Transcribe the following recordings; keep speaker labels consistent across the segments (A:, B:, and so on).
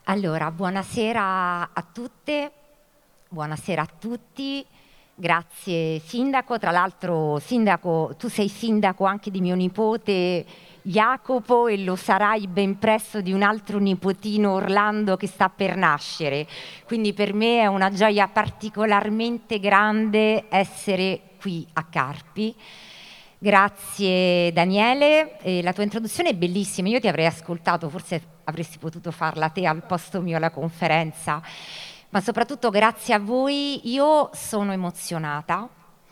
A: Allora, buonasera a tutte, buonasera a tutti. Grazie Sindaco, tra l'altro Sindaco, tu sei sindaco anche di mio nipote Jacopo e lo sarai ben presto di un altro nipotino Orlando che sta per nascere. Quindi per me è una gioia particolarmente grande essere qui a Carpi. Grazie Daniele, la tua introduzione è bellissima, io ti avrei ascoltato, forse avresti potuto farla te al posto mio la conferenza, ma soprattutto grazie a voi, io sono emozionata.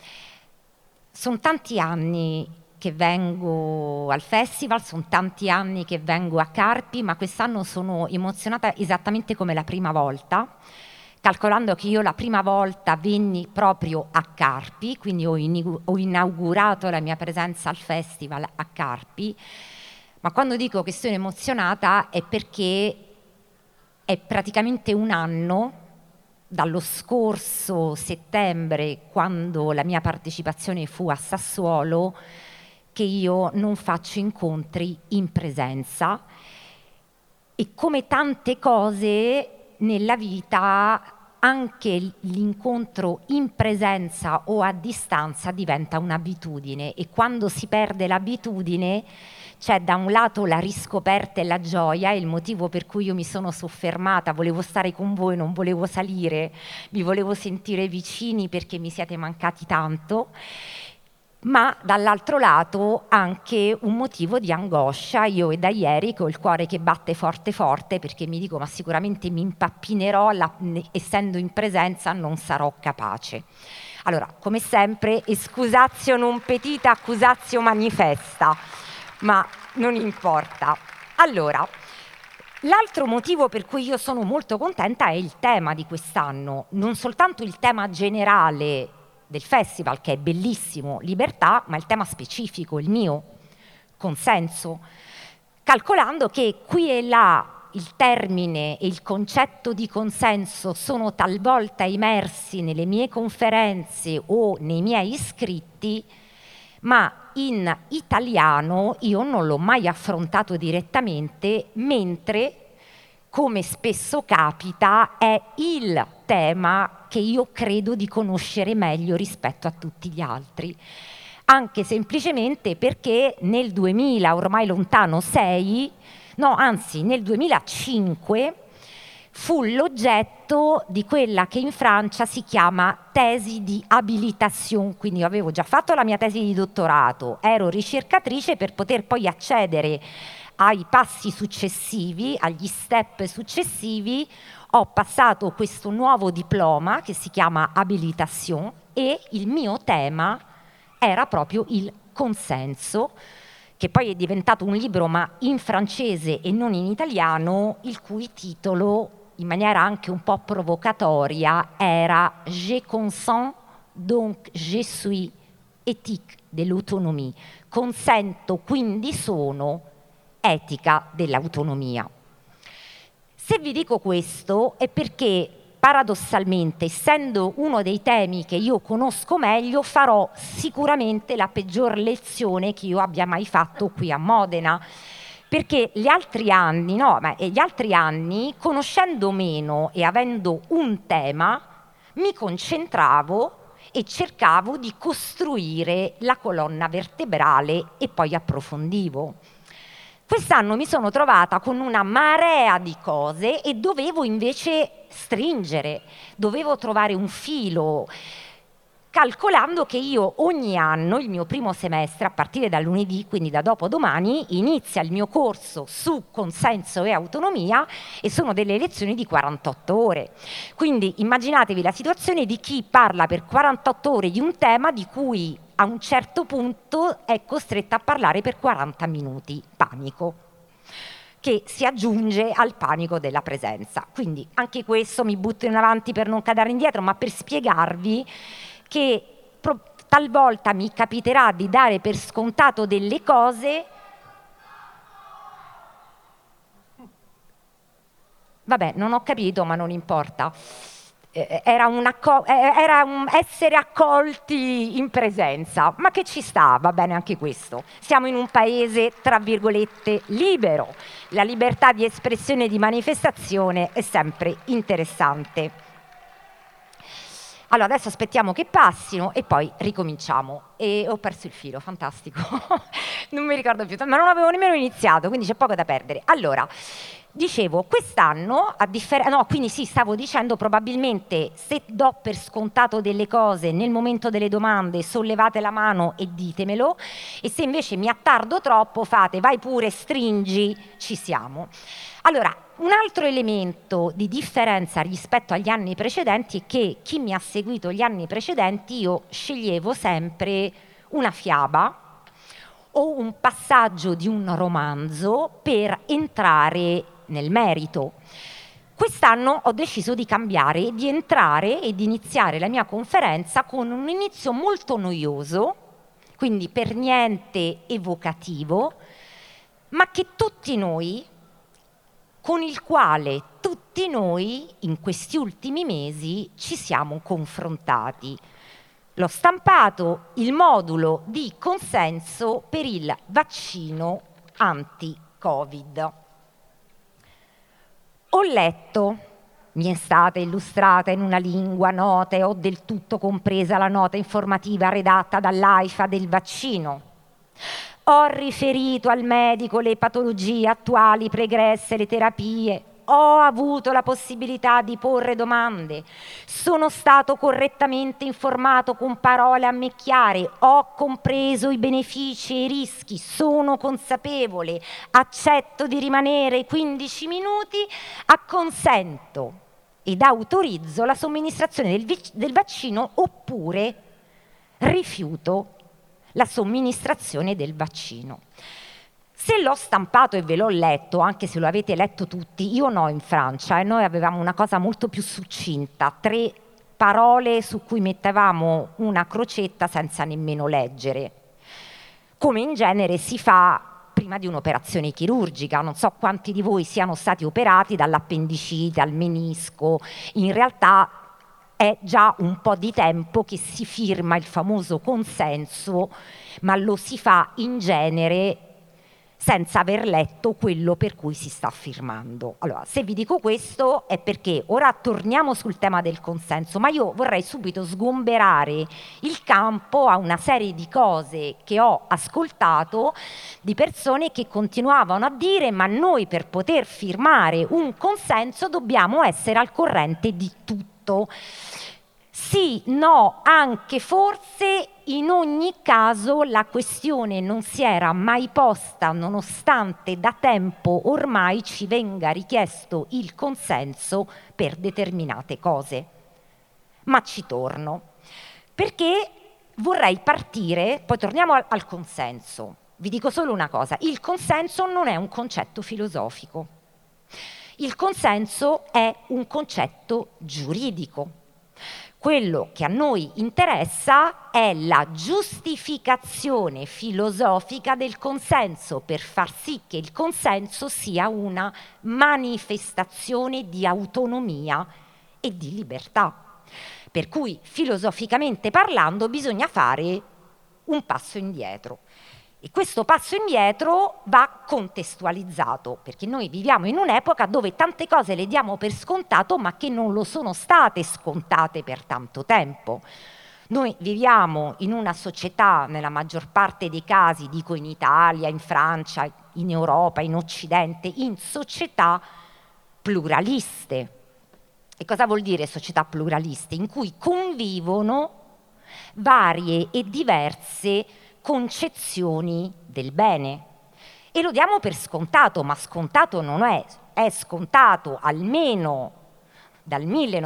A: Sono tanti anni che vengo al festival, sono tanti anni che vengo a Carpi, ma quest'anno sono emozionata esattamente come la prima volta, calcolando che io la prima volta venni proprio a Carpi, quindi ho inaugurato la mia presenza al festival a Carpi, ma quando dico che sono emozionata è perché è praticamente un anno dallo scorso settembre, quando la mia partecipazione fu a Sassuolo, che io non faccio incontri in presenza e come tante cose nella vita anche l'incontro in presenza o a distanza diventa un'abitudine e quando si perde l'abitudine c'è da un lato la riscoperta e la gioia, il motivo per cui io mi sono soffermata, volevo stare con voi, non volevo salire, vi volevo sentire vicini perché mi siete mancati tanto, ma dall'altro lato anche un motivo di angoscia. Io è da ieri che ho il cuore che batte forte forte perché mi dico ma sicuramente mi impappinerò, essendo in presenza non sarò capace. Allora, come sempre, excusatio non petita, accusatio manifesta, ma non importa. Allora, l'altro motivo per cui io sono molto contenta è il tema di quest'anno, non soltanto il tema generale del festival, che è bellissimo, libertà, ma il tema specifico, il mio, consenso, calcolando che qui e là il termine e il concetto di consenso sono talvolta immersi nelle mie conferenze o nei miei scritti, ma in italiano io non l'ho mai affrontato direttamente, mentre, come spesso capita, è il tema che io credo di conoscere meglio rispetto a tutti gli altri. Anche semplicemente perché nel 2000, ormai lontano 6, no, anzi nel 2005, fu l'oggetto di quella che in Francia si chiama tesi di habilitation, quindi io avevo già fatto la mia tesi di dottorato, ero ricercatrice per poter poi accedere ai passi successivi, agli step successivi, ho passato questo nuovo diploma che si chiama habilitation e il mio tema era proprio il consenso, che poi è diventato un libro ma in francese e non in italiano, il cui titolo in maniera anche un po' provocatoria era Je consens, donc je suis éthique dell'autonomia. Consento, quindi sono etica dell'autonomia. Se vi dico questo è perché paradossalmente, essendo uno dei temi che io conosco meglio, farò sicuramente la peggior lezione che io abbia mai fatto qui a Modena. Perché gli altri anni, conoscendo meno e avendo un tema, mi concentravo e cercavo di costruire la colonna vertebrale e poi approfondivo. Quest'anno mi sono trovata con una marea di cose e dovevo invece stringere, dovevo trovare un filo, calcolando che io ogni anno, il mio primo semestre, a partire da lunedì, quindi da dopodomani, inizia il mio corso su consenso e autonomia e sono delle lezioni di 48 ore. Quindi immaginatevi la situazione di chi parla per 48 ore di un tema di cui a un certo punto è costretta a parlare per 40 minuti. Panico, che si aggiunge al panico della presenza. Quindi anche questo mi butto in avanti per non cadere indietro, ma per spiegarvi che talvolta mi capiterà di dare per scontato delle cose. Vabbè, non ho capito, ma non importa. era un essere accolti in presenza, ma che ci sta, va bene anche questo. Siamo in un paese, tra virgolette, libero. La libertà di espressione e di manifestazione è sempre interessante. Allora, adesso aspettiamo che passino e poi ricominciamo. E ho perso il filo, fantastico. Non mi ricordo più, ma non avevo nemmeno iniziato, quindi c'è poco da perdere. Allora, dicevo, quest'anno, quindi sì, stavo dicendo, probabilmente se do per scontato delle cose nel momento delle domande, sollevate la mano e ditemelo, e se invece mi attardo troppo, fate, vai pure, stringi, ci siamo. Allora, un altro elemento di differenza rispetto agli anni precedenti è che chi mi ha seguito gli anni precedenti, io sceglievo sempre una fiaba o un passaggio di un romanzo per entrare nel merito. Quest'anno ho deciso di cambiare, di entrare e di iniziare la mia conferenza con un inizio molto noioso, quindi per niente evocativo, ma che tutti noi, con il quale tutti noi in questi ultimi mesi ci siamo confrontati. L'ho stampato, il modulo di consenso per il vaccino anti-Covid. Ho letto, mi è stata illustrata in una lingua nota e ho del tutto compresa la nota informativa redatta dall'AIFA del vaccino. Ho riferito al medico le patologie attuali pregresse, le terapie. Ho avuto la possibilità di porre domande. Sono stato correttamente informato con parole a me chiare. Ho compreso i benefici e i rischi. Sono consapevole. Accetto di rimanere 15 minuti. Acconsento ed autorizzo la somministrazione del vaccino oppure rifiuto la somministrazione del vaccino. Se l'ho stampato e ve l'ho letto, anche se lo avete letto tutti, io no in Francia, e noi avevamo una cosa molto più succinta, 3 parole su cui mettevamo una crocetta senza nemmeno leggere, come in genere si fa prima di un'operazione chirurgica. Non so quanti di voi siano stati operati dall'appendicite al menisco, in realtà è già un po' di tempo che si firma il famoso consenso, ma lo si fa in genere senza aver letto quello per cui si sta firmando. Allora, se vi dico questo è perché ora torniamo sul tema del consenso, ma io vorrei subito sgomberare il campo a una serie di cose che ho ascoltato di persone che continuavano a dire: ma noi per poter firmare un consenso dobbiamo essere al corrente di tutto. Sì, no, anche, forse, in ogni caso la questione non si era mai posta, nonostante da tempo ormai ci venga richiesto il consenso per determinate cose. Ma ci torno, perché vorrei partire, poi torniamo al consenso. Vi dico solo una cosa: il consenso non è un concetto filosofico. Il consenso è un concetto giuridico. Quello che a noi interessa è la giustificazione filosofica del consenso per far sì che il consenso sia una manifestazione di autonomia e di libertà. Per cui, filosoficamente parlando, bisogna fare un passo indietro. E questo passo indietro va contestualizzato, perché noi viviamo in un'epoca dove tante cose le diamo per scontato, ma che non lo sono state scontate per tanto tempo. Noi viviamo in una società, nella maggior parte dei casi, dico in Italia, in Francia, in Europa, in Occidente, in società pluraliste. E cosa vuol dire società pluraliste? In cui convivono varie e diverse concezioni del bene. E lo diamo per scontato, ma scontato non è scontato almeno dal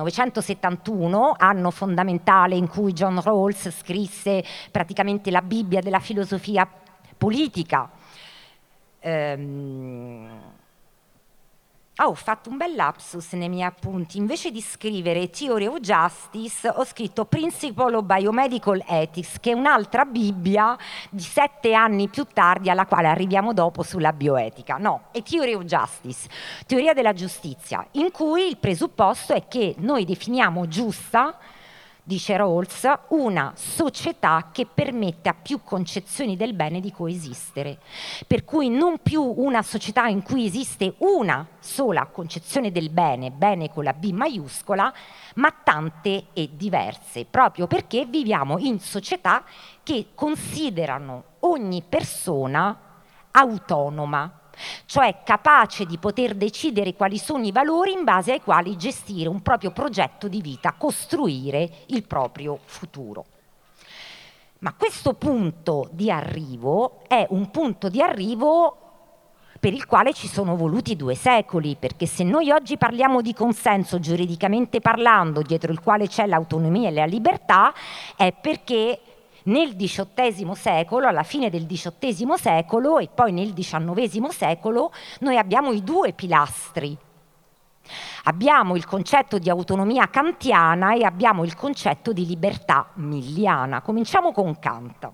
A: 1971, anno fondamentale in cui John Rawls scrisse praticamente la Bibbia della filosofia politica. Ho fatto un bel lapsus nei miei appunti. Invece di scrivere Theory of Justice, ho scritto Principle of Biomedical Ethics, che è un'altra Bibbia di 7 anni più tardi, alla quale arriviamo dopo sulla bioetica. No, è Theory of Justice, teoria della giustizia, in cui il presupposto è che noi definiamo giusta, dice Rawls, una società che permette a più concezioni del bene di coesistere. Per cui non più una società in cui esiste una sola concezione del bene, bene con la B maiuscola, ma tante e diverse, proprio perché viviamo in società che considerano ogni persona autonoma, cioè capace di poter decidere quali sono i valori in base ai quali gestire un proprio progetto di vita, costruire il proprio futuro. Ma questo punto di arrivo è un punto di arrivo per il quale ci sono voluti 2 secoli, perché se noi oggi parliamo di consenso giuridicamente parlando, dietro il quale c'è l'autonomia e la libertà, è perché nel XVIII secolo, alla fine del XVIII secolo e poi nel XIX secolo, noi abbiamo i 2 pilastri. Abbiamo il concetto di autonomia kantiana e abbiamo il concetto di libertà milliana. Cominciamo con Kant.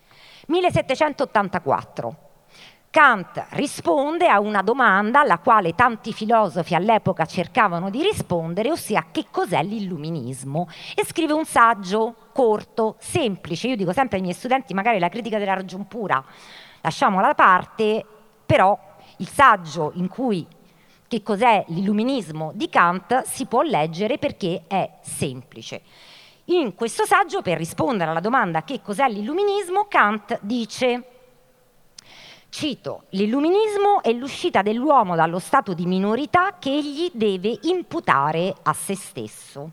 A: 1784. Kant risponde a una domanda alla quale tanti filosofi all'epoca cercavano di rispondere, ossia che cos'è l'illuminismo, e scrive un saggio corto, semplice. Io dico sempre ai miei studenti, magari la critica della ragion pura lasciamola da parte, però il saggio in cui che cos'è l'illuminismo di Kant si può leggere perché è semplice. In questo saggio, per rispondere alla domanda che cos'è l'illuminismo, Kant dice, cito, l'illuminismo è l'uscita dell'uomo dallo stato di minorità che egli deve imputare a se stesso.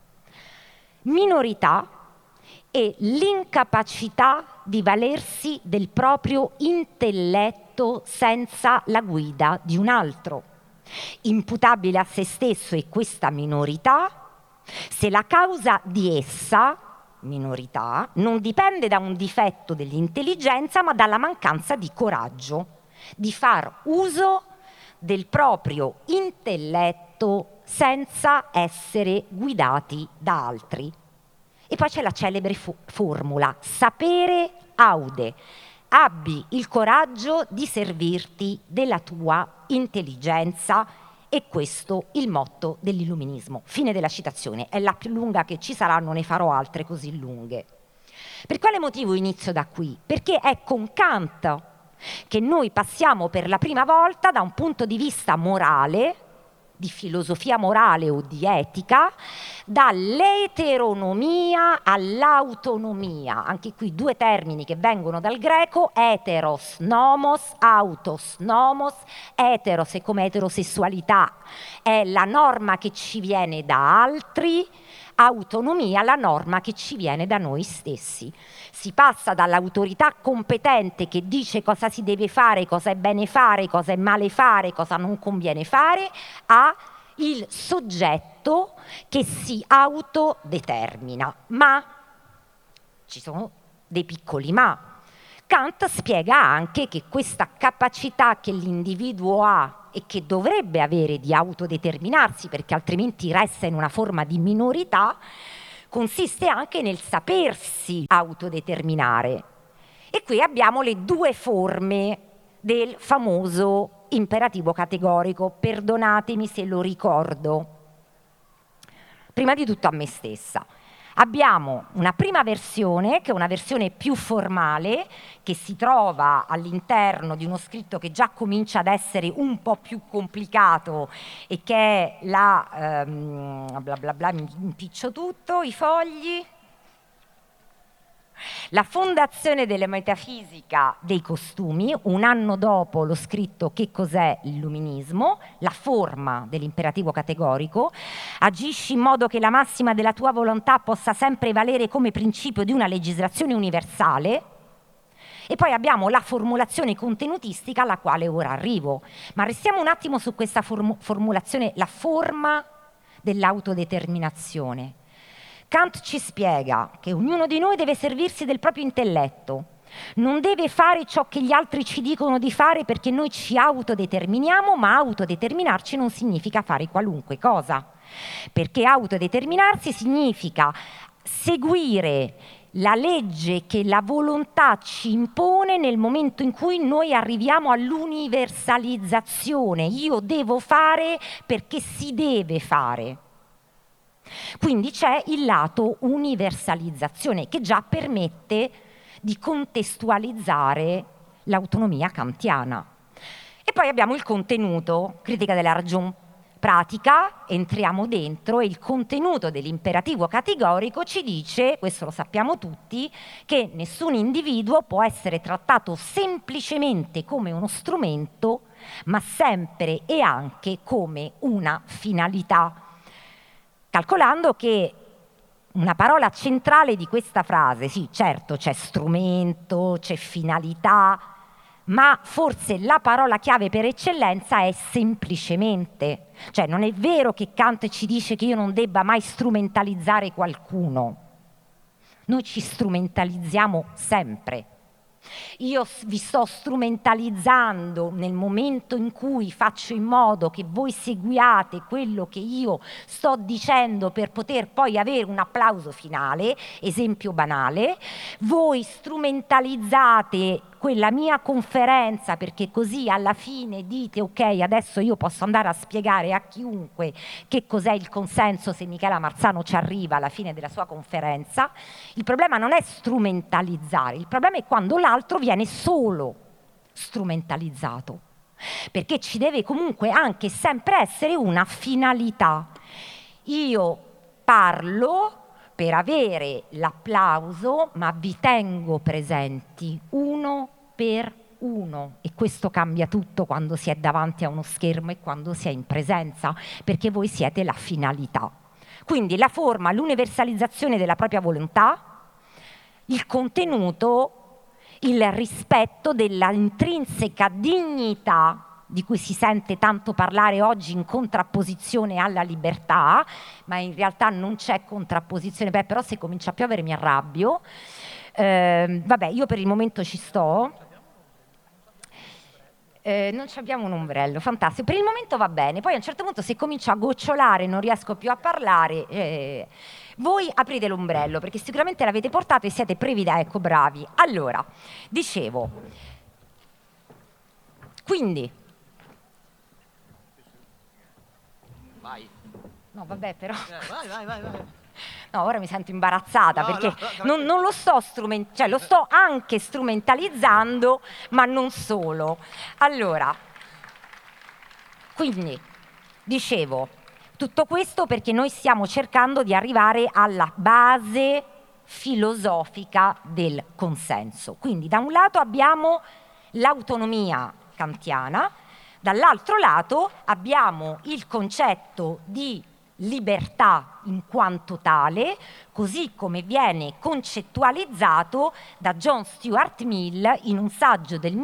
A: Minorità è l'incapacità di valersi del proprio intelletto senza la guida di un altro. Imputabile a se stesso è questa minorità se la causa di essa, minorità, non dipende da un difetto dell'intelligenza ma dalla mancanza di coraggio, di far uso del proprio intelletto senza essere guidati da altri. E poi c'è la celebre formula, sapere aude, abbi il coraggio di servirti della tua intelligenza, e questo il motto dell'illuminismo. Fine della citazione, è la più lunga che ci sarà, non ne farò altre così lunghe. Per quale motivo inizio da qui? Perché è con Kant che noi passiamo per la prima volta da un punto di vista morale, di filosofia morale o di etica, dall'eteronomia all'autonomia. Anche qui 2 termini che vengono dal greco, heteros nomos, autos nomos. Heteros è come eterosessualità, è la norma che ci viene da altri, autonomia la norma che ci viene da noi stessi. Si passa dall'autorità competente che dice cosa si deve fare, cosa è bene fare, cosa è male fare, cosa non conviene fare, a il soggetto che si autodetermina. Ma ci sono dei piccoli ma. Kant spiega anche che questa capacità che l'individuo ha e che dovrebbe avere di autodeterminarsi, perché altrimenti resta in una forma di minorità, consiste anche nel sapersi autodeterminare. E qui abbiamo le 2 forme del famoso imperativo categorico. Perdonatemi se lo ricordo. Prima di tutto a me stessa. Abbiamo una prima versione, che è una versione più formale, che si trova all'interno di uno scritto che già comincia ad essere un po' più complicato e che è la bla bla bla, mi impiccio tutto, i fogli. La fondazione della metafisica dei costumi, un anno dopo lo scritto Che cos'è l'illuminismo, la forma dell'imperativo categorico, agisci in modo che la massima della tua volontà possa sempre valere come principio di una legislazione universale. E poi abbiamo la formulazione contenutistica alla quale ora arrivo. Ma restiamo un attimo su questa formulazione, la forma dell'autodeterminazione. Kant ci spiega che ognuno di noi deve servirsi del proprio intelletto, non deve fare ciò che gli altri ci dicono di fare perché noi ci autodeterminiamo, ma autodeterminarci non significa fare qualunque cosa, perché autodeterminarsi significa seguire la legge che la volontà ci impone nel momento in cui noi arriviamo all'universalizzazione. Io devo fare perché si deve fare. Quindi c'è il lato universalizzazione che già permette di contestualizzare l'autonomia kantiana. E poi abbiamo il contenuto, critica della ragion pratica, entriamo dentro e il contenuto dell'imperativo categorico ci dice, questo lo sappiamo tutti, che nessun individuo può essere trattato semplicemente come uno strumento, ma sempre e anche come una finalità. Calcolando che una parola centrale di questa frase, sì, certo, c'è strumento, c'è finalità, ma forse la parola chiave per eccellenza è semplicemente. Cioè non è vero che Kant ci dice che io non debba mai strumentalizzare qualcuno. Noi ci strumentalizziamo sempre. Io vi sto strumentalizzando nel momento in cui faccio in modo che voi seguiate quello che io sto dicendo per poter poi avere un applauso finale, esempio banale. Voi strumentalizzate quella mia conferenza perché così alla fine dite ok, adesso io posso andare a spiegare a chiunque che cos'è il consenso se Michela Marzano ci arriva alla fine della sua conferenza. Il problema non è strumentalizzare, il problema è quando l'altro viene solo strumentalizzato, perché ci deve comunque anche sempre essere una finalità. Io parlo per avere l'applauso, ma vi tengo presenti uno per uno, e questo cambia tutto quando si è davanti a uno schermo e quando si è in presenza, perché voi siete la finalità. Quindi la forma, l'universalizzazione della propria volontà, il contenuto, il rispetto della intrinseca dignità di cui si sente tanto parlare oggi in contrapposizione alla libertà, ma in realtà non c'è contrapposizione. Beh, però se comincia a piovere mi arrabbio. Vabbè, io per il momento ci sto. Non abbiamo un ombrello, fantastico. Per il momento va bene, poi a un certo punto se comincio a gocciolare, non riesco più a parlare, voi aprite l'ombrello perché sicuramente l'avete portato e siete previdi, ecco, bravi. Allora, dicevo, quindi...
B: Vai.
A: No, vabbè, però...
B: Vai.
A: No, ora mi sento imbarazzata perché
B: no,
A: non lo sto cioè lo sto anche strumentalizzando, ma non solo. Allora, quindi, dicevo, tutto questo perché noi stiamo cercando di arrivare alla base filosofica del consenso. Quindi da un lato abbiamo l'autonomia kantiana, dall'altro lato abbiamo il concetto di libertà in quanto tale, così come viene concettualizzato da John Stuart Mill in un saggio del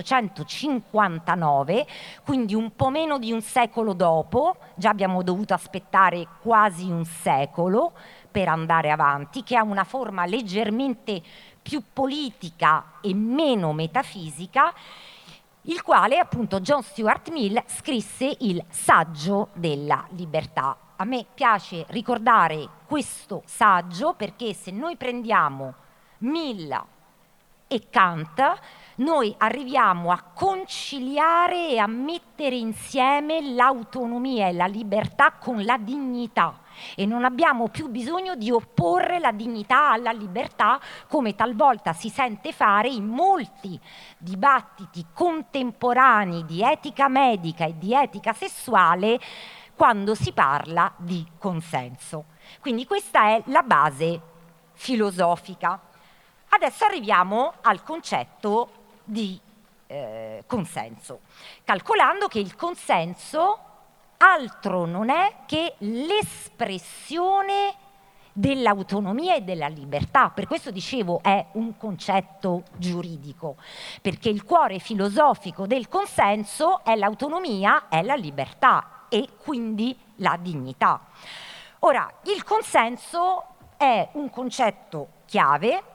A: 1859, quindi un po' meno di un secolo dopo, già abbiamo dovuto aspettare quasi un secolo per andare avanti, che ha una forma leggermente più politica e meno metafisica, il quale appunto John Stuart Mill scrisse il Saggio della libertà. A me piace ricordare questo saggio perché se noi prendiamo Mill e Kant, noi arriviamo a conciliare e a mettere insieme l'autonomia e la libertà con la dignità e non abbiamo più bisogno di opporre la dignità alla libertà come talvolta si sente fare in molti dibattiti contemporanei di etica medica e di etica sessuale quando si parla di consenso. Quindi questa è la base filosofica. Adesso arriviamo al concetto di consenso, calcolando che il consenso altro non è che l'espressione dell'autonomia e della libertà. Per questo dicevo è un concetto giuridico, perché il cuore filosofico del consenso è l'autonomia, è la libertà e quindi la dignità. Ora, il consenso è un concetto chiave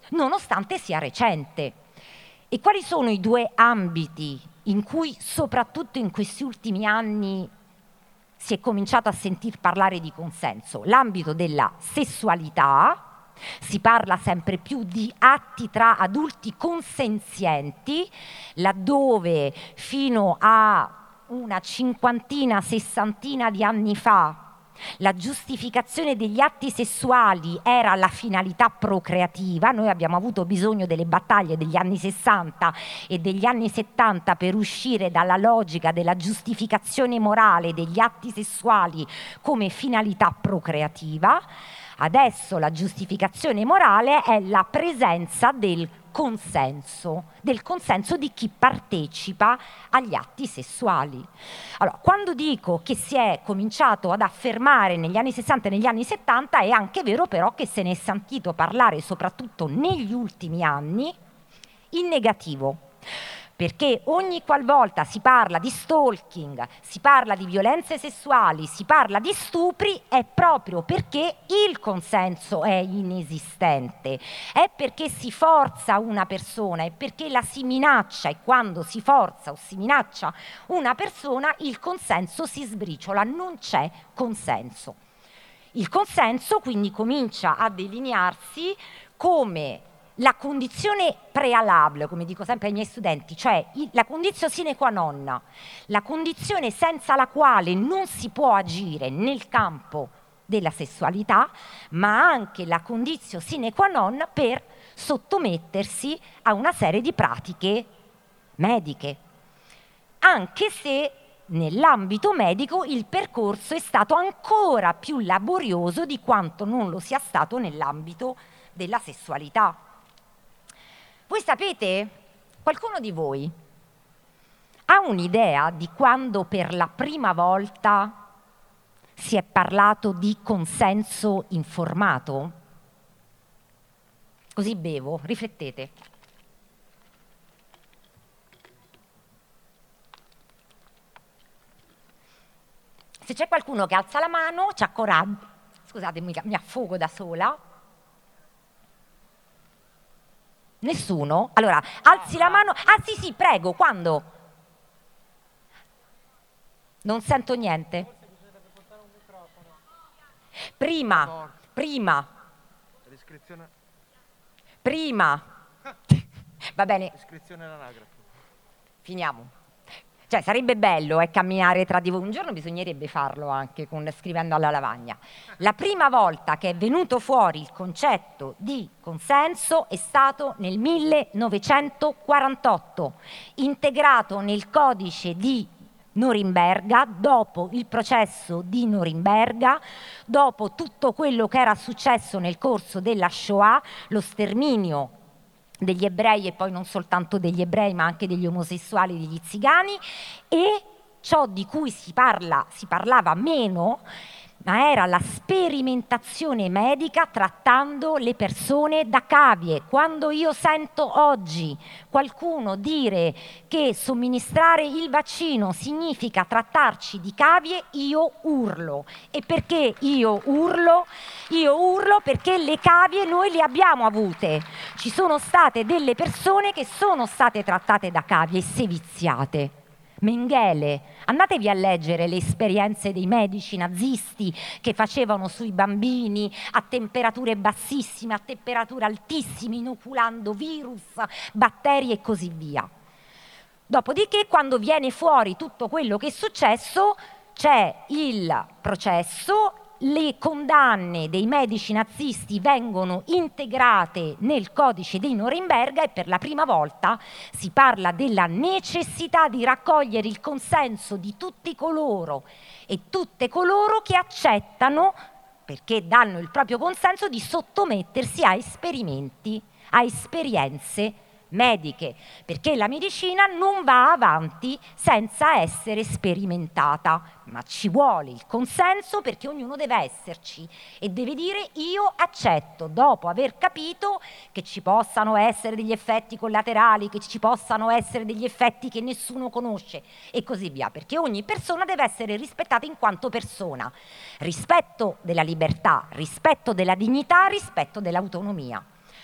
A: nonostante sia recente. E quali sono i due ambiti in cui, soprattutto in questi ultimi anni, si è cominciato a sentir parlare di consenso? L'ambito della sessualità, si parla sempre più di atti tra adulti consenzienti, laddove fino a una cinquantina, sessantina di anni fa la giustificazione degli atti sessuali era la finalità procreativa. Noi abbiamo avuto bisogno delle battaglie degli anni 60 e degli anni 70 per uscire dalla logica della giustificazione morale degli atti sessuali come finalità procreativa. Adesso la giustificazione morale è la presenza del consenso di chi partecipa agli atti sessuali. Allora, quando dico che si è cominciato ad affermare negli anni 60 e negli anni 70, è anche vero però che se ne è sentito parlare soprattutto negli ultimi anni in negativo. Perché ogni qualvolta si parla di stalking, si parla di violenze sessuali, si parla di stupri, è proprio perché il consenso è inesistente, è perché si forza una persona, è perché la si minaccia, e quando si forza o si minaccia una persona il consenso si sbriciola, non c'è consenso. Il consenso quindi comincia a delinearsi come la condizione prealabile, come dico sempre ai miei studenti, cioè la condizione sine qua non, la condizione senza la quale non si può agire nel campo della sessualità, ma anche la condizione sine qua non per sottomettersi a una serie di pratiche mediche, anche se nell'ambito medico il percorso è stato ancora più laborioso di quanto non lo sia stato nell'ambito della sessualità. Voi sapete, qualcuno di voi ha un'idea di quando per la prima volta si è parlato di consenso informato? Così bevo, riflettete. Se c'è qualcuno che alza la mano, c'ha coraggio. Scusatemi, mi affogo da sola. Nessuno? Allora, alzi la mano. Ah sì, prego, quando? Non sento niente. Prima. Va bene.
B: Iscrizione all'anagrafe.
A: Finiamo. Cioè, sarebbe bello camminare tra di voi. Un giorno bisognerebbe farlo anche scrivendo alla lavagna. La prima volta che è venuto fuori il concetto di consenso è stato nel 1948, integrato nel codice di Norimberga, dopo il processo di Norimberga, dopo tutto quello che era successo nel corso della Shoah, lo sterminio degli ebrei, e poi non soltanto degli ebrei ma anche degli omosessuali, degli zigani, e ciò di cui si parlava meno, ma era la sperimentazione medica trattando le persone da cavie. Quando io sento oggi qualcuno dire che somministrare il vaccino significa trattarci di cavie, io urlo. E perché io urlo? Io urlo perché le cavie noi le abbiamo avute. Ci sono state delle persone che sono state trattate da cavie e seviziate. Mengele, andatevi a leggere le esperienze dei medici nazisti che facevano sui bambini a temperature bassissime, a temperature altissime, inoculando virus, batteri e così via. Dopodiché, quando viene fuori tutto quello che è successo, c'è il processo, le condanne dei medici nazisti vengono integrate nel codice di Norimberga e per la prima volta si parla della necessità di raccogliere il consenso di tutti coloro e tutte coloro che accettano, perché danno il proprio consenso, di sottomettersi a esperimenti, a esperienze mediche, perché la medicina non va avanti senza essere sperimentata, ma ci vuole il consenso perché ognuno deve esserci e deve dire io accetto, dopo aver capito che ci possano essere degli effetti collaterali, che ci possano essere degli effetti che nessuno conosce e così via, perché ogni persona deve essere rispettata in quanto persona, rispetto della libertà, rispetto della dignità, rispetto dell'autonomia.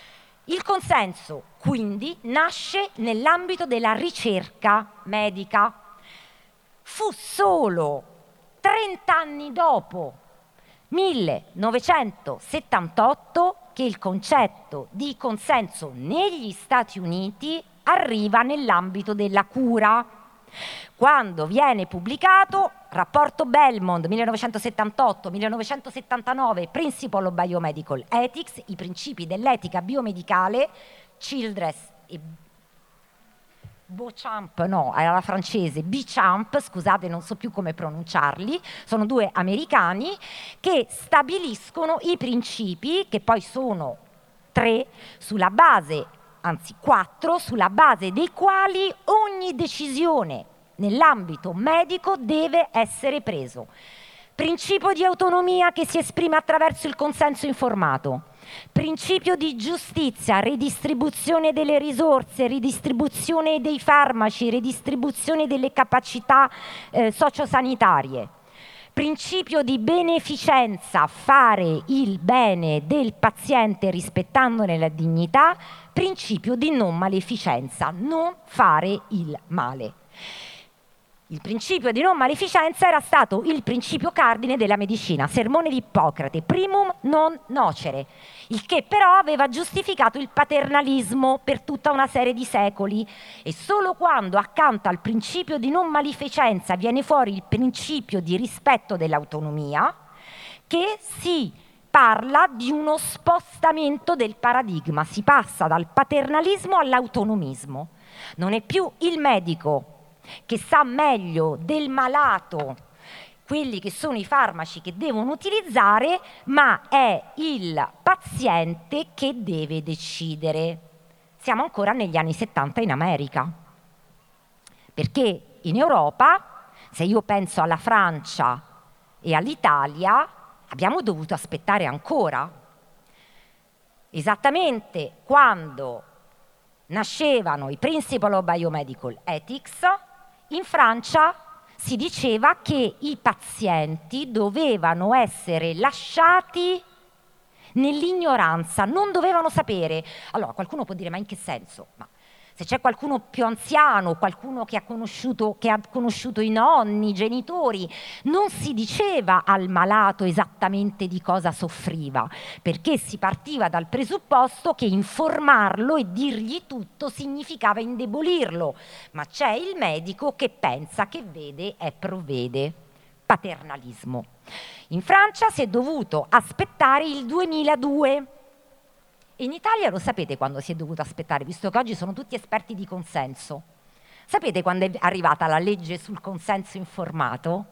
A: Il consenso, quindi, nasce nell'ambito della ricerca medica. Fu solo 30 anni dopo, 1978, che il concetto di consenso negli Stati Uniti arriva nell'ambito della cura, quando viene pubblicato rapporto Belmont 1978-1979, Principle of Biomedical Ethics, i principi dell'etica biomedicale, Childress e Beauchamp, no, era la francese, Beauchamp, scusate, non so più come pronunciarli, sono due americani che stabiliscono i principi, che poi sono 3, sulla base, anzi 4, sulla base dei quali ogni decisione nell'ambito medico deve essere preso. Principio di autonomia che si esprime attraverso il consenso informato. Principio di giustizia, redistribuzione delle risorse, ridistribuzione dei farmaci, redistribuzione delle capacità sociosanitarie. Principio di beneficenza, fare il bene del paziente rispettandone la dignità. Principio di non maleficenza, non fare il male. Il principio di non maleficenza era stato il principio cardine della medicina, sermone di Ippocrate, primum non nocere, il che però aveva giustificato il paternalismo per tutta una serie di secoli, e solo quando accanto al principio di non maleficenza viene fuori il principio di rispetto dell'autonomia, che si parla di uno spostamento del paradigma, si passa dal paternalismo all'autonomismo. Non è più il medico che sa meglio del malato quelli che sono i farmaci che devono utilizzare, ma è il paziente che deve decidere. Siamo ancora negli anni 70 in America, perché in Europa, se io penso alla Francia e all'Italia, abbiamo dovuto aspettare ancora. Esattamente quando nascevano i Principle of Biomedical Ethics, in Francia si diceva che i pazienti dovevano essere lasciati nell'ignoranza, non dovevano sapere. Allora qualcuno può dire: ma in che senso? Ma se c'è qualcuno più anziano, qualcuno che ha conosciuto i nonni, i genitori, non si diceva al malato esattamente di cosa soffriva, perché si partiva dal presupposto che informarlo e dirgli tutto significava indebolirlo. Ma c'è il medico che pensa che vede e provvede. Paternalismo. In Francia si è dovuto aspettare il 2002. In Italia lo sapete quando si è dovuto aspettare, visto che oggi sono tutti esperti di consenso. Sapete quando è arrivata la legge sul consenso informato?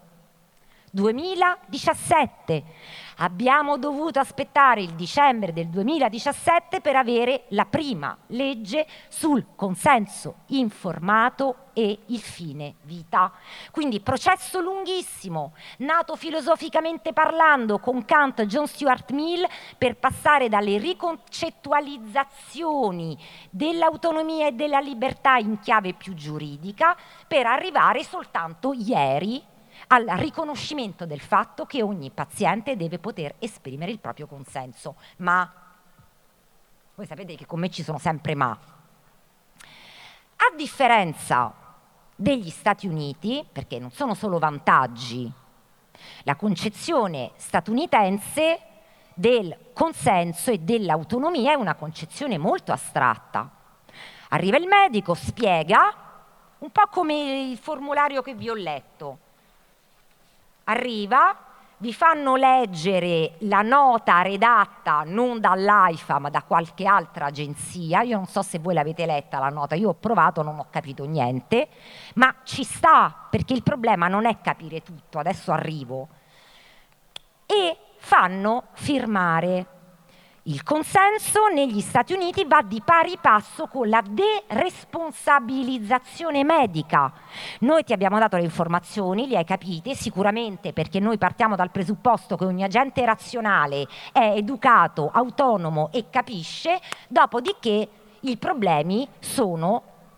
A: 2017. Abbiamo dovuto aspettare il dicembre del 2017 per avere la prima legge sul consenso informato e il fine vita. Quindi processo lunghissimo, nato filosoficamente parlando con Kant e John Stuart Mill, per passare dalle riconcettualizzazioni dell'autonomia e della libertà in chiave più giuridica, per arrivare soltanto ieri al riconoscimento del fatto che ogni paziente deve poter esprimere il proprio consenso. Ma voi sapete che con me ci sono sempre ma. A differenza degli Stati Uniti, perché non sono solo vantaggi, la concezione statunitense del consenso e dell'autonomia è una concezione molto astratta. Arriva il medico, spiega, un po' come il formulario che vi ho letto. Arriva, vi fanno leggere la nota redatta non dall'AIFA ma da qualche altra agenzia. Io non so se voi l'avete letta la nota, io ho provato, non ho capito niente, ma ci sta, perché il problema non è capire tutto, adesso arrivo. E fanno firmare. Il consenso negli Stati Uniti va di pari passo con la deresponsabilizzazione medica. Noi ti abbiamo dato le informazioni, le hai capite, sicuramente perché noi partiamo dal presupposto che ogni agente razionale è educato, autonomo e capisce, dopodiché i problemi sono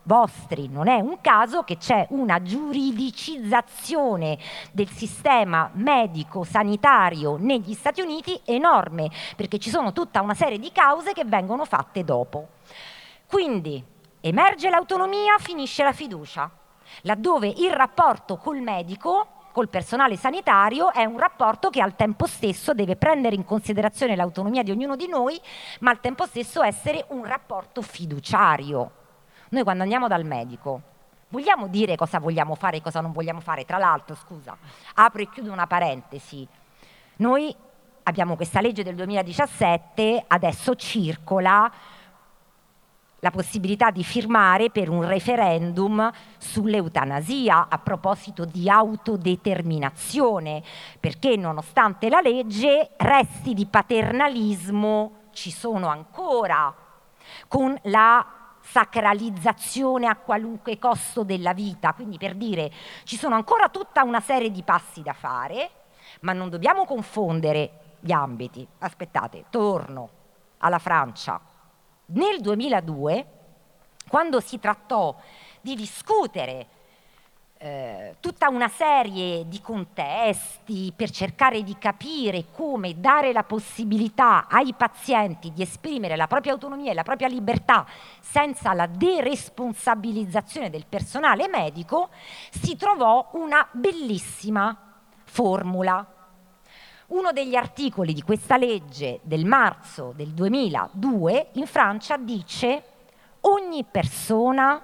A: vostri. Non è un caso che c'è una giuridicizzazione del sistema medico-sanitario negli Stati Uniti enorme, perché ci sono tutta una serie di cause che vengono fatte dopo. Quindi emerge l'autonomia, finisce la fiducia, laddove il rapporto col medico, col personale sanitario, è un rapporto che al tempo stesso deve prendere in considerazione l'autonomia di ognuno di noi, ma al tempo stesso essere un rapporto fiduciario. Noi quando andiamo dal medico vogliamo dire cosa vogliamo fare e cosa non vogliamo fare. Tra l'altro, scusa, apro e chiudo una parentesi, noi abbiamo questa legge del 2017, adesso circola la possibilità di firmare per un referendum sull'eutanasia a proposito di autodeterminazione, perché nonostante la legge resti di paternalismo ci sono ancora, con la sacralizzazione a qualunque costo della vita. Quindi, per dire, ci sono ancora tutta una serie di passi da fare, ma non dobbiamo confondere gli ambiti. Aspettate, torno alla Francia. Nel 2002, quando si trattò di discutere tutta una serie di contesti per cercare di capire come dare la possibilità ai pazienti di esprimere la propria autonomia e la propria libertà senza la deresponsabilizzazione del personale medico, si trovò una bellissima formula. Uno degli articoli di questa legge del marzo del 2002 in Francia dice: ogni persona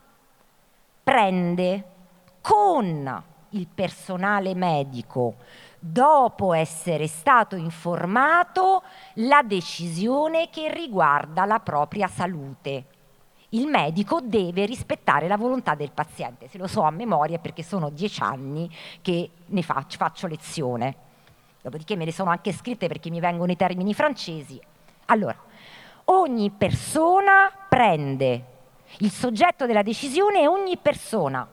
A: prende con il personale medico, dopo essere stato informato, la decisione che riguarda la propria salute. Il medico deve rispettare la volontà del paziente. Se lo so a memoria perché sono 10 anni che ne faccio lezione. Dopodiché me le sono anche scritte perché mi vengono i termini francesi. Allora, ogni persona prende, il soggetto della decisione è ogni persona.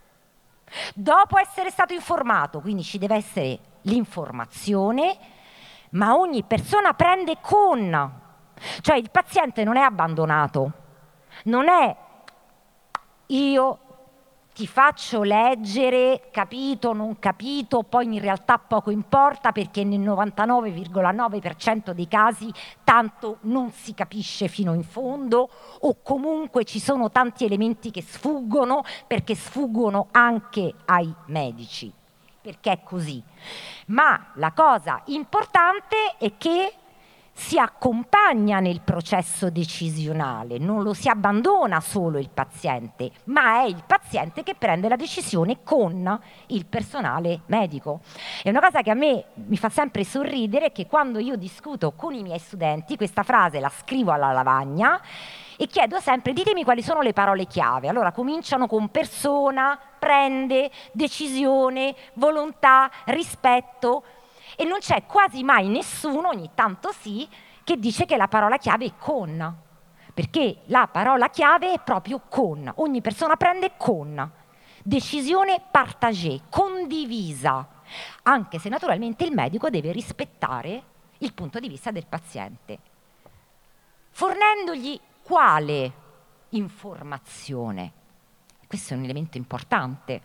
A: Dopo essere stato informato, quindi ci deve essere l'informazione, ma ogni persona prende con. Cioè il paziente non è abbandonato, non è io ti faccio leggere, capito, non capito, poi in realtà poco importa perché nel 99,9% dei casi tanto non si capisce fino in fondo, o comunque ci sono tanti elementi che sfuggono, perché sfuggono anche ai medici, perché è così. Ma la cosa importante è che si accompagna nel processo decisionale, non lo si abbandona solo il paziente, ma è il paziente che prende la decisione con il personale medico. È una cosa che a me mi fa sempre sorridere, che quando io discuto con i miei studenti, questa frase la scrivo alla lavagna e chiedo sempre: ditemi quali sono le parole chiave. Allora cominciano con persona, prende, decisione, volontà, rispetto. E non c'è quasi mai nessuno, ogni tanto sì, che dice che la parola chiave è con, perché la parola chiave è proprio con. Ogni persona prende con. Decisione partagée, condivisa, anche se naturalmente il medico deve rispettare il punto di vista del paziente, fornendogli quale informazione. Questo è un elemento importante.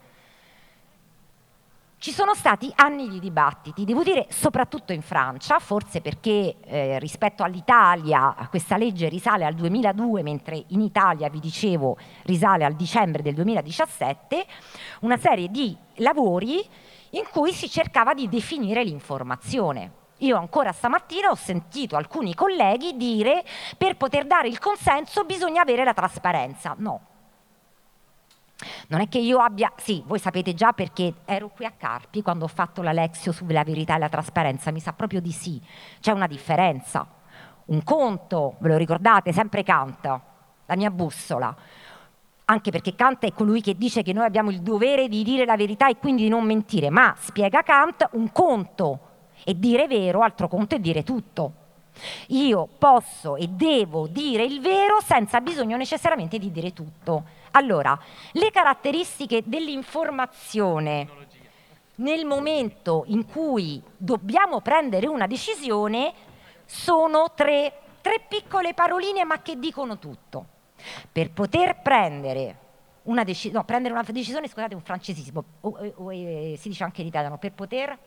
A: Ci sono stati anni di dibattiti, devo dire soprattutto in Francia, forse perché rispetto all'Italia questa legge risale al 2002, mentre in Italia, vi dicevo, risale al dicembre del 2017, una serie di lavori in cui si cercava di definire l'informazione. Io ancora stamattina ho sentito alcuni colleghi dire: per poter dare il consenso bisogna avere la trasparenza. No. Non è che io abbia, sì, voi sapete già perché ero qui a Carpi quando ho fatto la lezione sulla verità e la trasparenza, mi sa proprio di sì, c'è una differenza. Un conto, ve lo ricordate, sempre Kant, la mia bussola, anche perché Kant è colui che dice che noi abbiamo il dovere di dire la verità e quindi di non mentire, ma spiega Kant, un conto è dire vero, altro conto è dire tutto. Io posso e devo dire il vero senza bisogno necessariamente di dire tutto. Allora, le caratteristiche dell'informazione nel momento in cui dobbiamo prendere una decisione sono tre piccole paroline ma che dicono tutto. Per poter prendere una decisione, scusate, un francesismo, si dice anche in italiano, per poter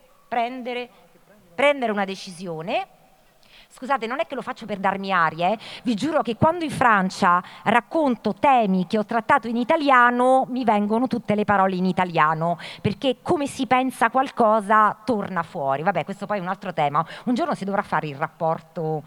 A: prendere una decisione. Scusate, non è che lo faccio per darmi aria, vi giuro che quando in Francia racconto temi che ho trattato in italiano mi vengono tutte le parole in italiano, perché come si pensa qualcosa torna fuori. Vabbè, questo poi è un altro tema. Un giorno si dovrà fare il rapporto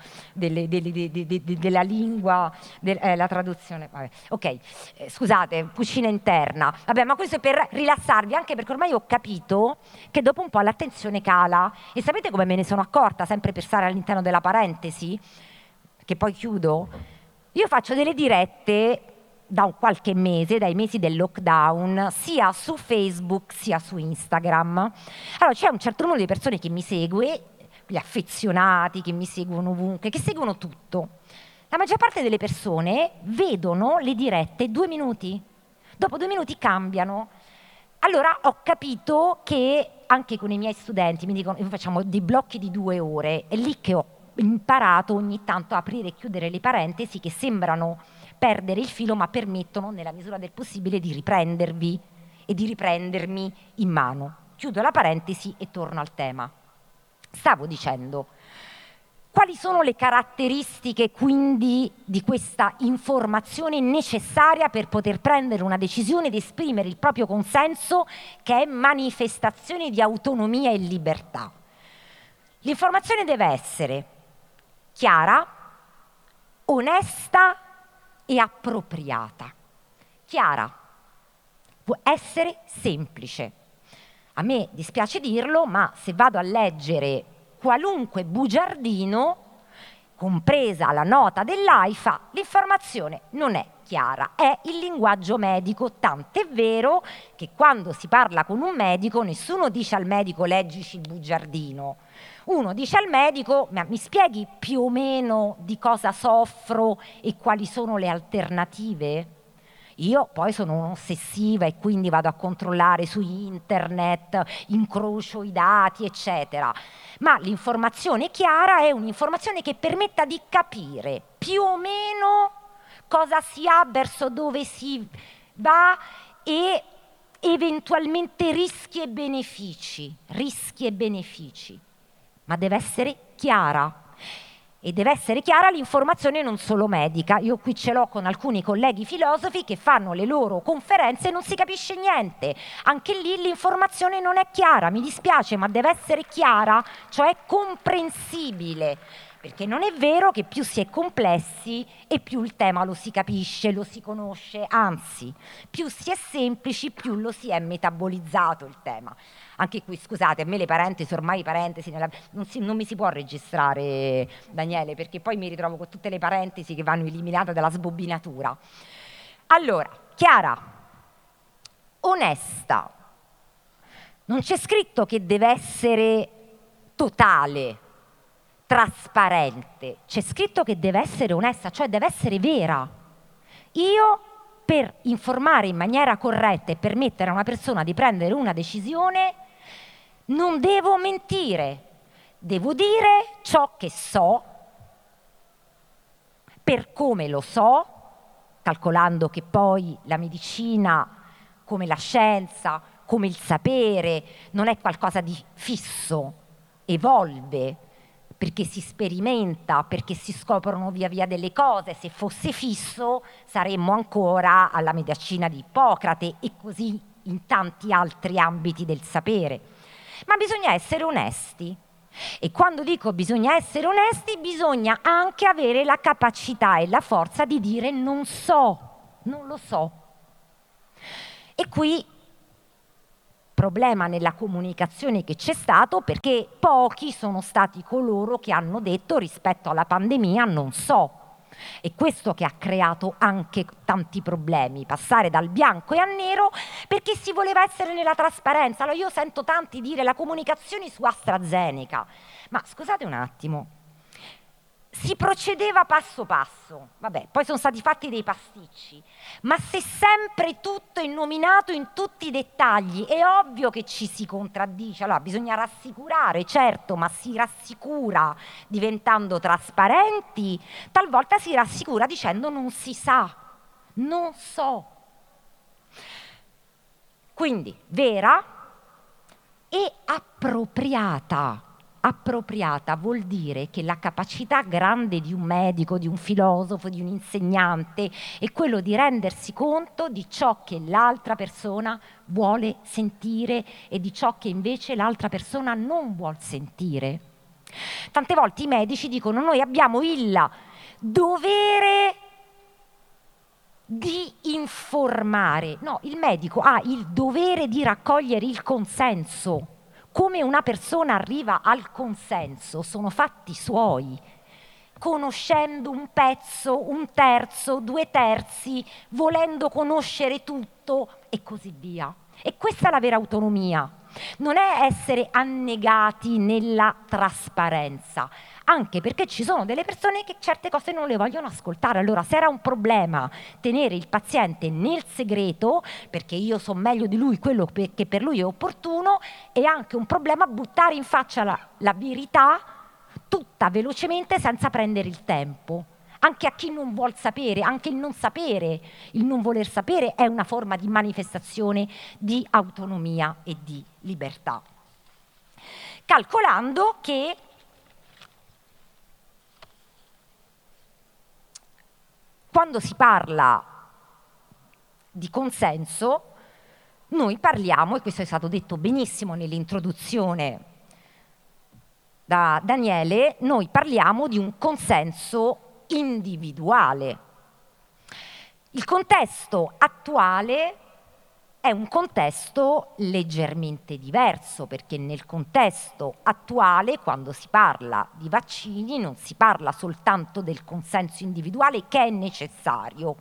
A: della lingua, la traduzione. Vabbè. Ok, scusate, cucina interna. Vabbè, ma questo è per rilassarvi, anche perché ormai ho capito che dopo un po' l'attenzione cala. E sapete come me ne sono accorta, sempre per stare all'interno della parentesi, che poi chiudo? Io faccio delle dirette da qualche mese, dai mesi del lockdown, sia su Facebook sia su Instagram. Allora c'è un certo numero di persone che mi segue, gli affezionati che mi seguono ovunque, che seguono tutto. La maggior parte delle persone vedono le dirette 2 minuti, dopo 2 minuti cambiano. Allora ho capito che anche con i miei studenti mi dicono, facciamo dei blocchi di 2 ore, è lì che ho imparato ogni tanto a aprire e chiudere le parentesi che sembrano perdere il filo, ma permettono nella misura del possibile di riprendervi e di riprendermi in mano. Chiudo la parentesi e torno al tema. Stavo dicendo, quali sono le caratteristiche quindi di questa informazione necessaria per poter prendere una decisione ed esprimere il proprio consenso, che è manifestazione di autonomia e libertà? L'informazione deve essere chiara, onesta e appropriata. Chiara, può essere semplice. A me dispiace dirlo, ma se vado a leggere qualunque bugiardino, compresa la nota dell'AIFA, l'informazione non è chiara, è il linguaggio medico, tant'è vero che quando si parla con un medico nessuno dice al medico leggici il bugiardino. Uno dice al medico, mi spieghi più o meno di cosa soffro e quali sono le alternative? Io poi sono un'ossessiva e quindi vado a controllare su internet, incrocio i dati, eccetera. Ma l'informazione chiara è un'informazione che permetta di capire più o meno cosa si ha, verso dove si va e eventualmente rischi e benefici. Ma deve essere chiara. E deve essere chiara l'informazione non solo medica. Io qui ce l'ho con alcuni colleghi filosofi che fanno le loro conferenze e non si capisce niente. Anche lì l'informazione non è chiara, mi dispiace, ma deve essere chiara, cioè comprensibile. Perché non è vero che più si è complessi e più il tema lo si capisce, lo si conosce, anzi, più si è semplici, più lo si è metabolizzato il tema. Anche qui, scusate, a me le parentesi, ormai parentesi, non mi si può registrare, Daniele, perché poi mi ritrovo con tutte le parentesi che vanno eliminate dalla sbobbinatura. Allora, chiara, onesta, non c'è scritto che deve essere totale, trasparente, c'è scritto che deve essere onesta, cioè deve essere vera. Io, per informare in maniera corretta e permettere a una persona di prendere una decisione, non devo mentire, devo dire ciò che so, per come lo so, calcolando che poi la medicina, come la scienza, come il sapere, non è qualcosa di fisso, evolve, perché si sperimenta, perché si scoprono via via delle cose. Se fosse fisso saremmo ancora alla medicina di Ippocrate e così in tanti altri ambiti del sapere. Ma bisogna essere onesti. E quando dico bisogna essere onesti, bisogna anche avere la capacità e la forza di dire non so, non lo so. E qui problema nella comunicazione che c'è stato, perché pochi sono stati coloro che hanno detto rispetto alla pandemia non so. E questo che ha creato anche tanti problemi, passare dal bianco e al nero, perché si voleva essere nella trasparenza. Allora io sento tanti dire la comunicazione su AstraZeneca, ma scusate un attimo, si procedeva passo passo, vabbè, poi sono stati fatti dei pasticci, ma se sempre tutto è nominato in tutti i dettagli, è ovvio che ci si contraddice. Allora bisogna rassicurare, certo, ma si rassicura diventando trasparenti, talvolta si rassicura dicendo non si sa. Non so. Quindi vera e appropriata. Appropriata vuol dire che la capacità grande di un medico, di un filosofo, di un insegnante è quello di rendersi conto di ciò che l'altra persona vuole sentire e di ciò che invece l'altra persona non vuol sentire. Tante volte i medici dicono: noi abbiamo il dovere di informare. No, il medico ha il dovere di raccogliere il consenso. Come una persona arriva al consenso sono fatti suoi, conoscendo un pezzo, un terzo, due terzi, volendo conoscere tutto e così via. E questa è la vera autonomia. Non è essere annegati nella trasparenza, anche perché ci sono delle persone che certe cose non le vogliono ascoltare. Allora, se era un problema tenere il paziente nel segreto, perché io so meglio di lui quello che per lui è opportuno, è anche un problema buttare in faccia la verità tutta velocemente senza prendere il tempo. Anche a chi non vuol sapere, anche il non sapere, il non voler sapere è una forma di manifestazione di autonomia e di libertà. Calcolando che quando si parla di consenso, noi parliamo, e questo è stato detto benissimo nell'introduzione da Daniele, noi parliamo di un consenso individuale. Il contesto attuale è un contesto leggermente diverso, perché nel contesto attuale, quando si parla di vaccini, non si parla soltanto del consenso individuale che è necessario,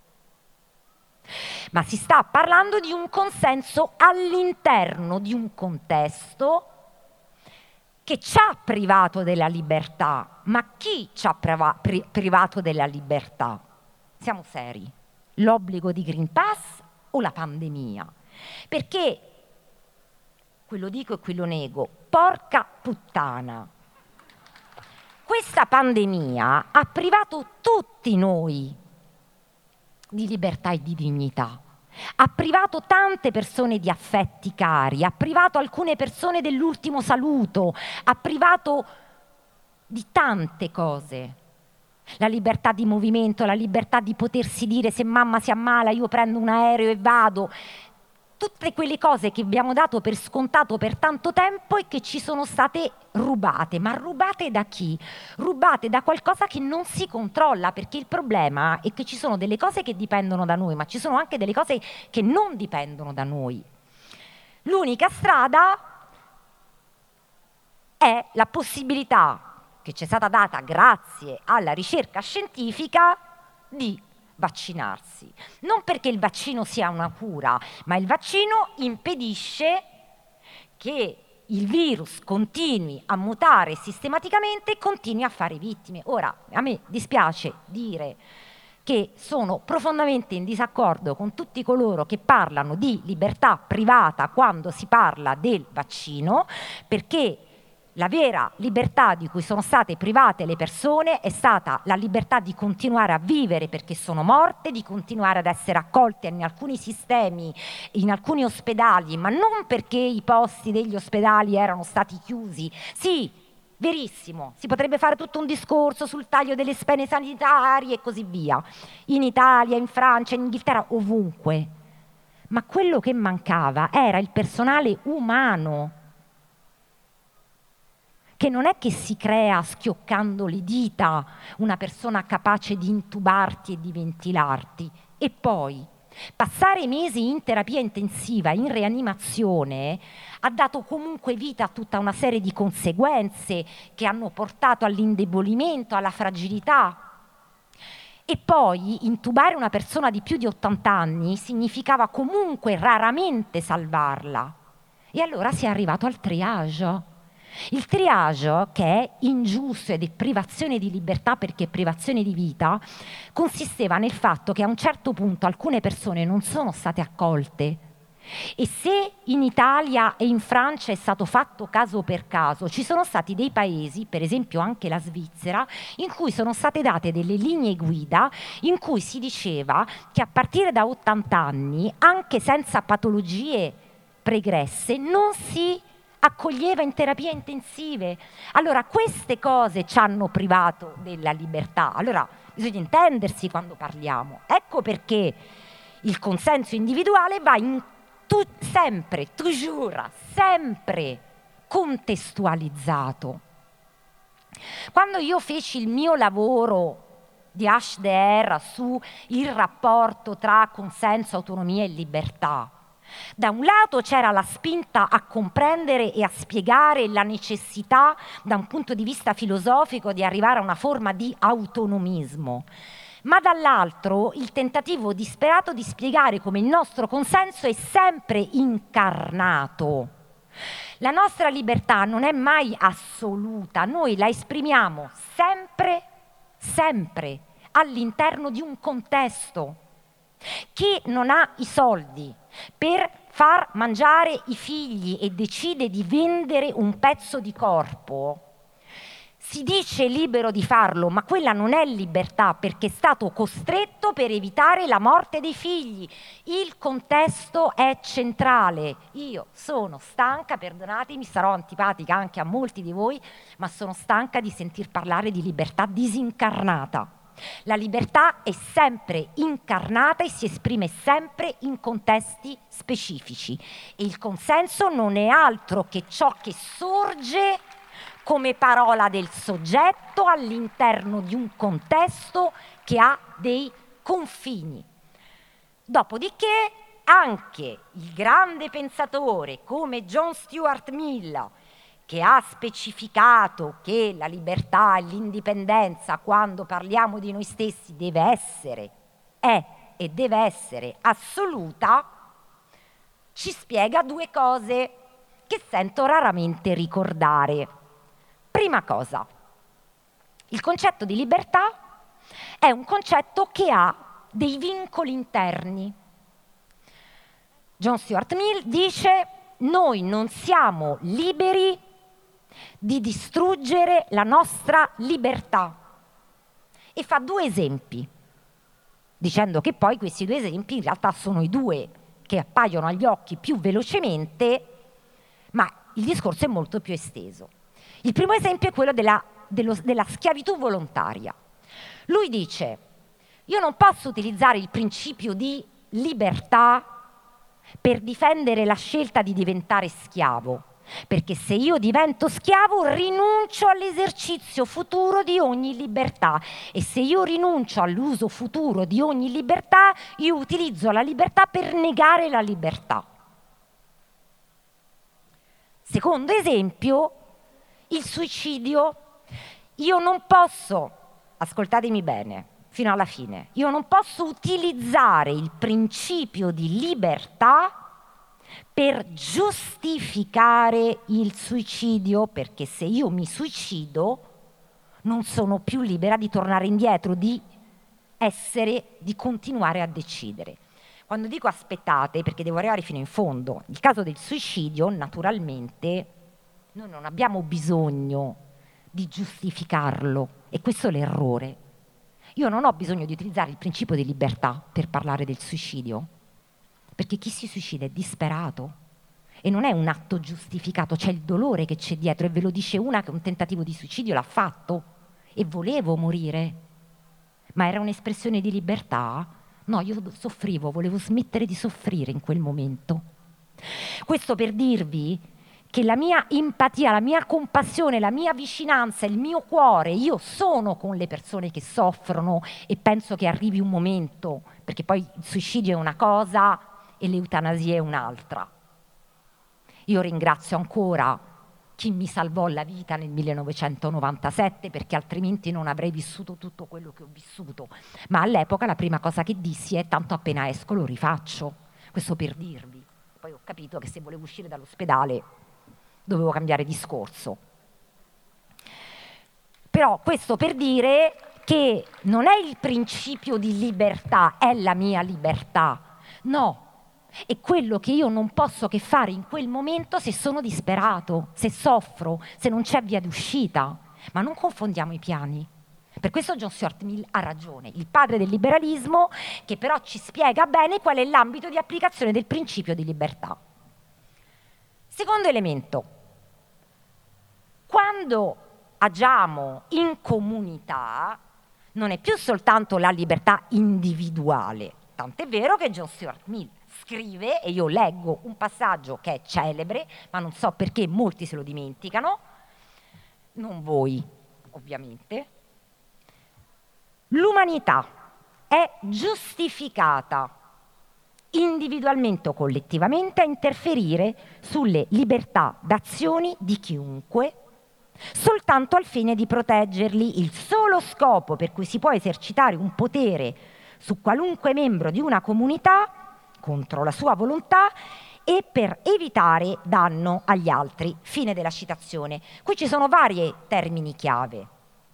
A: ma si sta parlando di un consenso all'interno di un contesto che ci ha privato della libertà. Ma chi ci ha privato della libertà? Siamo seri. L'obbligo di Green Pass o la pandemia? Perché, quello dico e quello nego, porca puttana, questa pandemia ha privato tutti noi di libertà e di dignità. Ha privato tante persone di affetti cari, ha privato alcune persone dell'ultimo saluto, ha privato di tante cose. La libertà di movimento, la libertà di potersi dire: se mamma si ammala io prendo un aereo e vado. Tutte quelle cose che abbiamo dato per scontato per tanto tempo e che ci sono state rubate. Ma rubate da chi? Rubate da qualcosa che non si controlla, perché il problema è che ci sono delle cose che dipendono da noi, ma ci sono anche delle cose che non dipendono da noi. L'unica strada è la possibilità che ci è stata data grazie alla ricerca scientifica di vaccinarsi. Non perché il vaccino sia una cura, ma il vaccino impedisce che il virus continui a mutare sistematicamente e continui a fare vittime. Ora, a me dispiace dire che sono profondamente in disaccordo con tutti coloro che parlano di libertà privata quando si parla del vaccino, perché la vera libertà di cui sono state private le persone è stata la libertà di continuare a vivere perché sono morte, di continuare ad essere accolte in alcuni sistemi, in alcuni ospedali, ma non perché i posti degli ospedali erano stati chiusi. Sì, verissimo, si potrebbe fare tutto un discorso sul taglio delle spese sanitarie e così via, in Italia, in Francia, in Inghilterra, ovunque. Ma quello che mancava era il personale umano, che non è che si crea schioccando le dita una persona capace di intubarti e di ventilarti. E poi passare mesi in terapia intensiva, in rianimazione, ha dato comunque vita a tutta una serie di conseguenze che hanno portato all'indebolimento, alla fragilità. E poi intubare una persona di più di 80 anni significava comunque raramente salvarla. E allora si è arrivato al triage. Il triage, che è ingiusto ed è privazione di libertà perché è privazione di vita, consisteva nel fatto che a un certo punto alcune persone non sono state accolte E se in Italia e in Francia è stato fatto caso per caso, ci sono stati dei paesi, per esempio anche la Svizzera, in cui sono state date delle linee guida in cui si diceva che a partire da 80 anni, anche senza patologie pregresse, non si accoglieva in terapie intensive. Allora, queste cose ci hanno privato della libertà. Allora, bisogna intendersi quando parliamo. Ecco perché il consenso individuale va sempre, toujours, sempre contestualizzato. Quando io feci il mio lavoro di HDR sul rapporto tra consenso, autonomia e libertà, da un lato c'era la spinta a comprendere e a spiegare la necessità, da un punto di vista filosofico, di arrivare a una forma di autonomismo, ma dall'altro il tentativo disperato di spiegare come il nostro consenso è sempre incarnato. La nostra libertà non è mai assoluta, noi la esprimiamo sempre all'interno di un contesto. Chi non ha i soldi per far mangiare i figli e decide di vendere un pezzo di corpo, si dice libero di farlo, ma quella non è libertà perché è stato costretto per evitare la morte dei figli. Il contesto è centrale. Io sono stanca, perdonatemi, sarò antipatica anche a molti di voi, ma sono stanca di sentir parlare di libertà disincarnata. La libertà è sempre incarnata e si esprime sempre in contesti specifici e il consenso non è altro che ciò che sorge come parola del soggetto all'interno di un contesto che ha dei confini. Dopodiché anche il grande pensatore come John Stuart Mill, che ha specificato che la libertà e l'indipendenza, quando parliamo di noi stessi, è e deve essere assoluta, ci spiega due cose che sento raramente ricordare. Prima cosa, il concetto di libertà è un concetto che ha dei vincoli interni. John Stuart Mill dice: noi non siamo liberi di distruggere la nostra libertà. E fa due esempi, dicendo che poi questi due esempi in realtà sono i due che appaiono agli occhi più velocemente, ma il discorso è molto più esteso. Il primo esempio è quello della schiavitù volontaria. Lui dice: io non posso utilizzare il principio di libertà per difendere la scelta di diventare schiavo, perché se io divento schiavo rinuncio all'esercizio futuro di ogni libertà e se io rinuncio all'uso futuro di ogni libertà, io utilizzo la libertà per negare la libertà. Secondo esempio, il suicidio. Io non posso, ascoltatemi bene, fino alla fine, io non posso utilizzare il principio di libertà per giustificare il suicidio, perché se io mi suicido non sono più libera di tornare indietro, di continuare a decidere. Quando dico aspettate, perché devo arrivare fino in fondo, il caso del suicidio, naturalmente, noi non abbiamo bisogno di giustificarlo, e questo è l'errore. Io non ho bisogno di utilizzare il principio di libertà per parlare del suicidio, perché chi si suicida è disperato e non è un atto giustificato, c'è il dolore che c'è dietro, e ve lo dice una che un tentativo di suicidio l'ha fatto e volevo morire, ma era un'espressione di libertà? No, io soffrivo, volevo smettere di soffrire in quel momento. Questo per dirvi che la mia empatia, la mia compassione, la mia vicinanza, il mio cuore, io sono con le persone che soffrono e penso che arrivi un momento, perché poi il suicidio è una cosa e l'eutanasia è un'altra. Io ringrazio ancora chi mi salvò la vita nel 1997, perché altrimenti non avrei vissuto tutto quello che ho vissuto, ma all'epoca la prima cosa che dissi è: tanto appena esco lo rifaccio. Questo per dirvi. Poi ho capito che se volevo uscire dall'ospedale dovevo cambiare discorso. Però questo per dire che non è il principio di libertà, è la mia libertà. No, è quello che io non posso che fare in quel momento se sono disperato, se soffro, se non c'è via d'uscita. Ma non confondiamo i piani. Per questo John Stuart Mill ha ragione, il padre del liberalismo, che però ci spiega bene qual è l'ambito di applicazione del principio di libertà. Secondo elemento, quando agiamo in comunità non è più soltanto la libertà individuale, tant'è vero che John Stuart Mill scrive, e io leggo un passaggio che è celebre, ma non so perché molti se lo dimenticano, non voi ovviamente: l'umanità è giustificata individualmente o collettivamente a interferire sulle libertà d'azioni di chiunque soltanto al fine di proteggerli. Il solo scopo per cui si può esercitare un potere su qualunque membro di una comunità contro la sua volontà e per evitare danno agli altri. Fine della citazione. Qui ci sono vari termini chiave.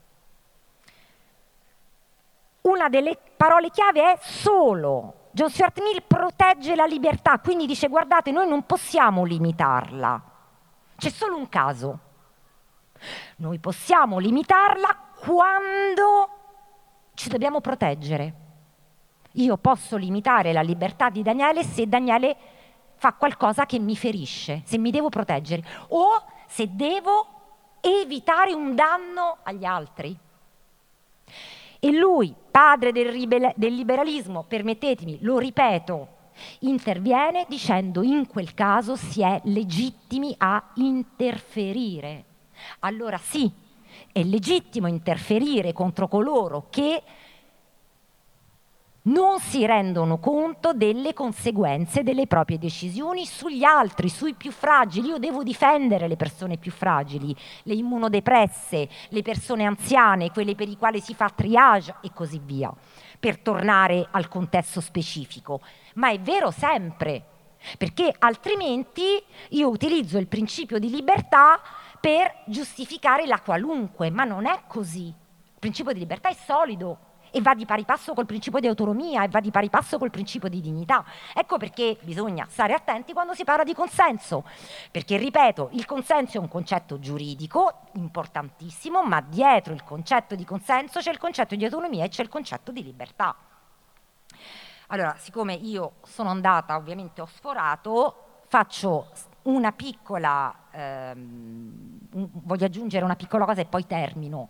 A: Una delle parole chiave è solo. John Stuart Mill protegge la libertà, quindi dice: guardate, noi non possiamo limitarla. C'è solo un caso. Noi possiamo limitarla quando ci dobbiamo proteggere. Io posso limitare la libertà di Daniele se Daniele fa qualcosa che mi ferisce, se mi devo proteggere o se devo evitare un danno agli altri. E lui, padre del liberalismo, permettetemi, lo ripeto, interviene dicendo: in quel caso si è legittimi a interferire. Allora sì, è legittimo interferire contro coloro che non si rendono conto delle conseguenze delle proprie decisioni sugli altri, sui più fragili. Io devo difendere le persone più fragili, le immunodepresse, le persone anziane, quelle per i quali si fa triage e così via, per tornare al contesto specifico. Ma è vero sempre, perché altrimenti io utilizzo il principio di libertà per giustificare la qualunque, ma non è così. Il principio di libertà è solido e va di pari passo col principio di autonomia e va di pari passo col principio di dignità. Ecco perché bisogna stare attenti quando si parla di consenso, perché, ripeto, il consenso è un concetto giuridico importantissimo, ma dietro il concetto di consenso c'è il concetto di autonomia e c'è il concetto di libertà. Allora, siccome io sono andata, ovviamente ho sforato, faccio una piccola, voglio aggiungere una piccola cosa e poi termino.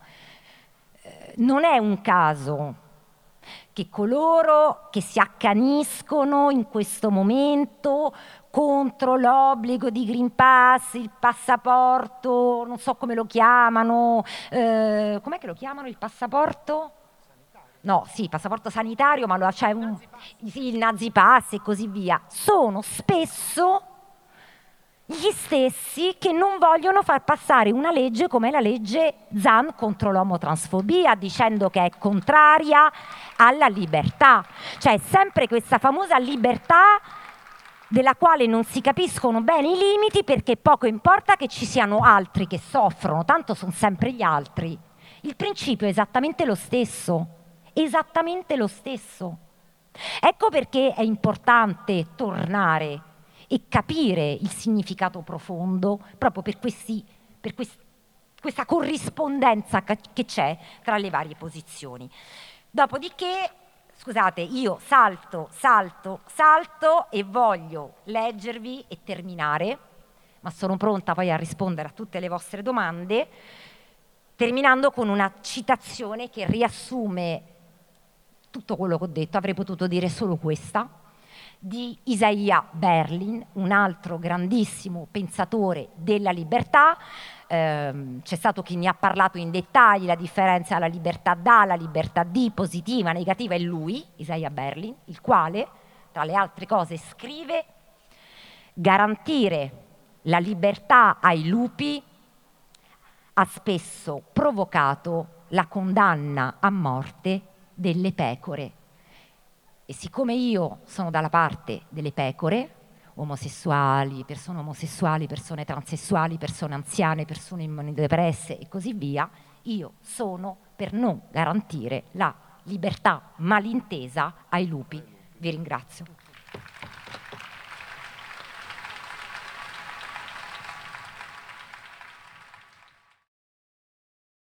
A: Non è un caso che coloro che si accaniscono in questo momento contro l'obbligo di Green Pass, il passaporto, non so come lo chiamano, com'è che lo chiamano il passaporto? No, sì, passaporto sanitario, ma c'è sì, il Nazi Pass e così via, sono spesso gli stessi che non vogliono far passare una legge come la legge Zan contro l'omotransfobia, dicendo che è contraria alla libertà. Cioè, sempre questa famosa libertà della quale non si capiscono bene i limiti, perché poco importa che ci siano altri che soffrono, tanto sono sempre gli altri. Il principio è esattamente lo stesso, esattamente lo stesso. Ecco perché è importante tornare e capire il significato profondo proprio per questa corrispondenza che c'è tra le varie posizioni. Dopodiché, scusate, io salto e voglio leggervi e terminare, ma sono pronta poi a rispondere a tutte le vostre domande, terminando con una citazione che riassume tutto quello che ho detto. Avrei potuto dire solo questa, di Isaiah Berlin, un altro grandissimo pensatore della libertà. C'è stato chi ne ha parlato in dettagli, la differenza tra la libertà da, la libertà di, positiva, negativa, è lui, Isaiah Berlin, il quale, tra le altre cose, scrive: garantire la libertà ai lupi ha spesso provocato la condanna a morte delle pecore. E siccome io sono dalla parte delle pecore, omosessuali, persone transessuali, persone anziane, persone immunodepresse e così via, io sono per non garantire la libertà malintesa ai lupi. Vi ringrazio.